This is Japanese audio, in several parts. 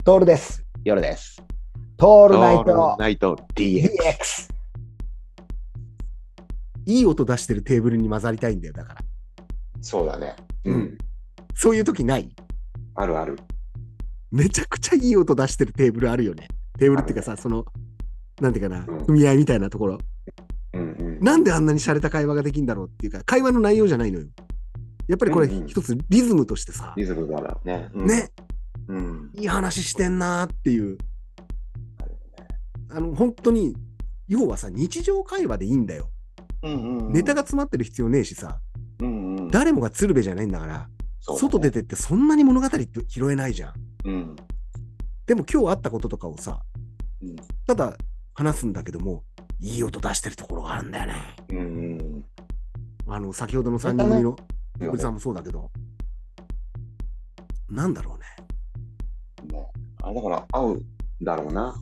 トールです。 夜です。 トールナイオールトナイト DX。 DX。いい音出してるテーブルに混ざりたいんだよ、だから。 そうだね。 うん。そういう時ない？ あるある。 めちゃくちゃいい音出してるテーブルあるよね。テーブルっていうかさ、なんていうかな、組合みたいなところ。なんであんなに洒落た会話ができるんだろうっていうか、会話の内容じゃないのよ。やっぱりこれ一つリズムとしてさ、 リズムだろうね。 ね、いい話してんなーっていう。本当に、要はさ、日常会話でいいんだよ。ネタが詰まってる必要ねえしさ、誰もが鶴瓶じゃないんだから、外出てってそんなに物語って拾えないじゃん。でも今日あったこととかをさ、ただ話すんだけども、いい音出してるところがあるんだよね。先ほどの3人組のおじさんもそうだけど、なんだろうね。 だから合うだろうな。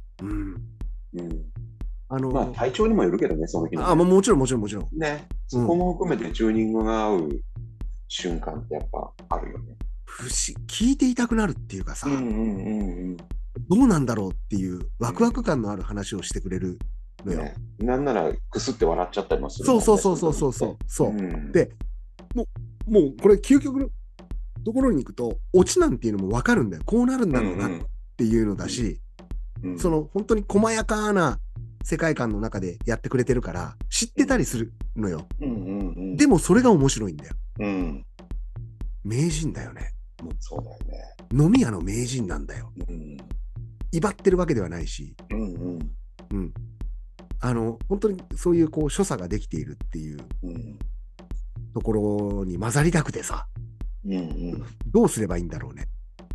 まあ体調にもよるけどね、その日の、ね。 もちろん。 ね。そこも含めてチューニングが合う瞬間ってやっぱあるよね。 聞いていたくなるっていうかさ、どうなんだろうっていうワクワク感のある話をしてくれるのよ。 なんならくすって笑っちゃったりもするもんね。そう。で、もうこれ究極のところに行くと、オチなんていうのも分かるんだよ。こうなるんだろうなっていうのだし、本当に細やかな世界観の中でやってくれてるから知ってたりするのよ。でもそれが面白いんだよ。名人だよね。もうそうだよね。 飲み屋の名人なんだよ。威張ってるわけではないし、本当にそういう所作ができているっていうところに混ざりたくてさ、どうすればいいんだろうね。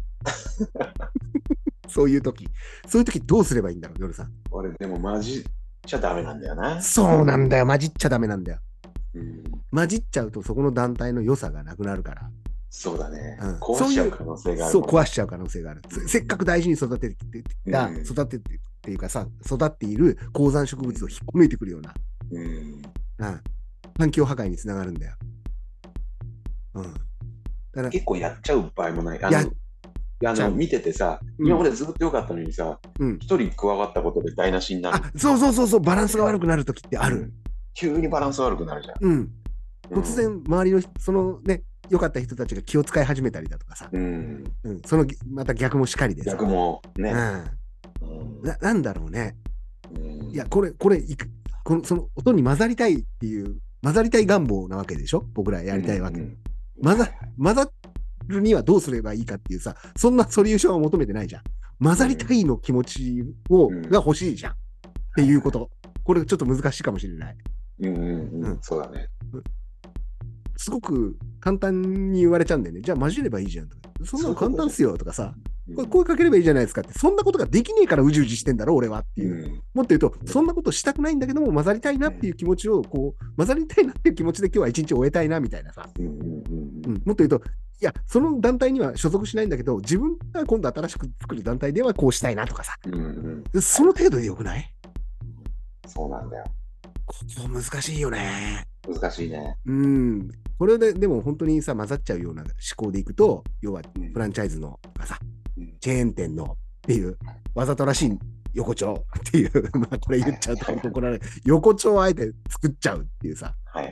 そういう時どうすればいいんだろう、夜さん。 俺でも混じっちゃダメなんだよな。 そうなんだよ、混じっちゃダメなんだよ。混じっちゃうとそこの団体の良さがなくなるから。 そうだね。壊しちゃう可能性がある。そう、 壊しちゃう可能性がある。せっかく大事に育ててっていうかさ、育っている高山植物を引っこ抜いてくるような、環境破壊につながるんだよ。 だから結構やっちゃう場合もない。見ててさ、今までずっと良かったのにさ、一人加わったことで台無しになる。 そう、バランスが悪くなるときってある。 急にバランス悪くなるじゃん。 突然、周りのそのね、良かった人たちが気を使い始めたりだとかさ、そのまた逆もしかりでさ。 逆もね。 なんだろうね。いや、これその音に混ざりたいっていう、混ざりたい願望なわけでしょ、僕らやりたいわけ。混ざるにはどうすればいいかっていうさ、そんなソリューションを求めてないじゃん。混ざりたいの気持ちが欲しいじゃん。っていうこと。これちょっと難しいかもしれない。 そうだね。 すごく簡単に言われちゃうんだよね。じゃあ混じればいいじゃんとか。そんなの簡単っすよとかさ。声かければいいじゃないですかって。そんなことができねえからうじうじしてんだろ、俺はっていう。もっと言うと、そんなことしたくないんだけども、混ざりたいなっていう気持ちを、混ざりたいなっていう気持ちで今日は一日終えたいなみたいなさ。もっと言うと、いや、その団体には所属しないんだけど、自分が今度新しく作る団体ではこうしたいなとかさ。その程度でよくない？ そうなんだよ。 ここ難しいよね。 難しいね。 これでも本当にさ、混ざっちゃうような思考でいくと、要はフランチャイズのとかさ、チェーン店のっていう、わざとらしい横丁っていう、まあこれ言っちゃうと怒られる。横丁をあえて作っちゃうっていうさ、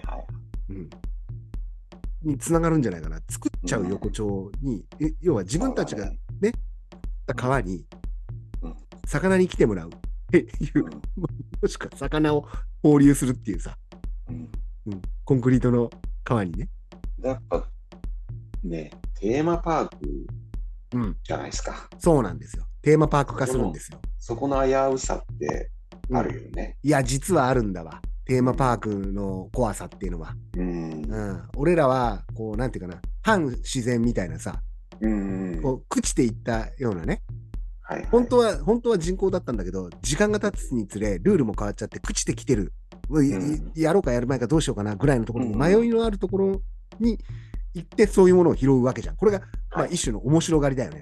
につながるんじゃないかな。作っちゃう横丁に、要は自分たちがね、川に魚に来てもらうっていう、もしくは魚を放流するっていうさ、コンクリートの川にね。 やっぱね、テーマパークじゃないですか。 そうなんですよ。テーマパーク化するんですよ。 そこの危うさってあるよね。 いや、実はあるんだわ。テーマパークの怖さっていうのは。俺らは、なんていうかな、反自然みたいなさ、朽ちていったようなね。本当は人工だったんだけど、時間が経つにつれ、ルールも変わっちゃって、朽ちてきてる。やろうかやる前かどうしようかなぐらいのところに、迷いのあるところに行って、そういうものを拾うわけじゃん。これが、一種の面白がりだよね。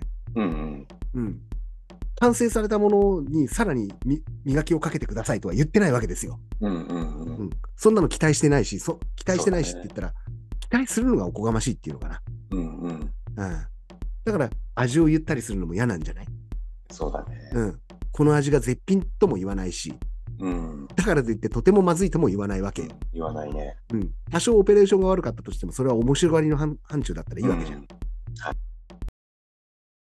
完成されたものにさらに磨きをかけてくださいとは言ってないわけですよ。そんなの期待してないし、期待してないしって言ったら、期待するのがおこがましいっていうのかな。だから、味を言ったりするのも嫌なんじゃない？ そうだね。 うん。この味が絶品とも言わないし、 うん。 だからといってとてもまずいとも言わないわけ。 言わないね。 うん。多少オペレーションが悪かったとしても、それは面白がりの範疇だったらいいわけじゃん。はい。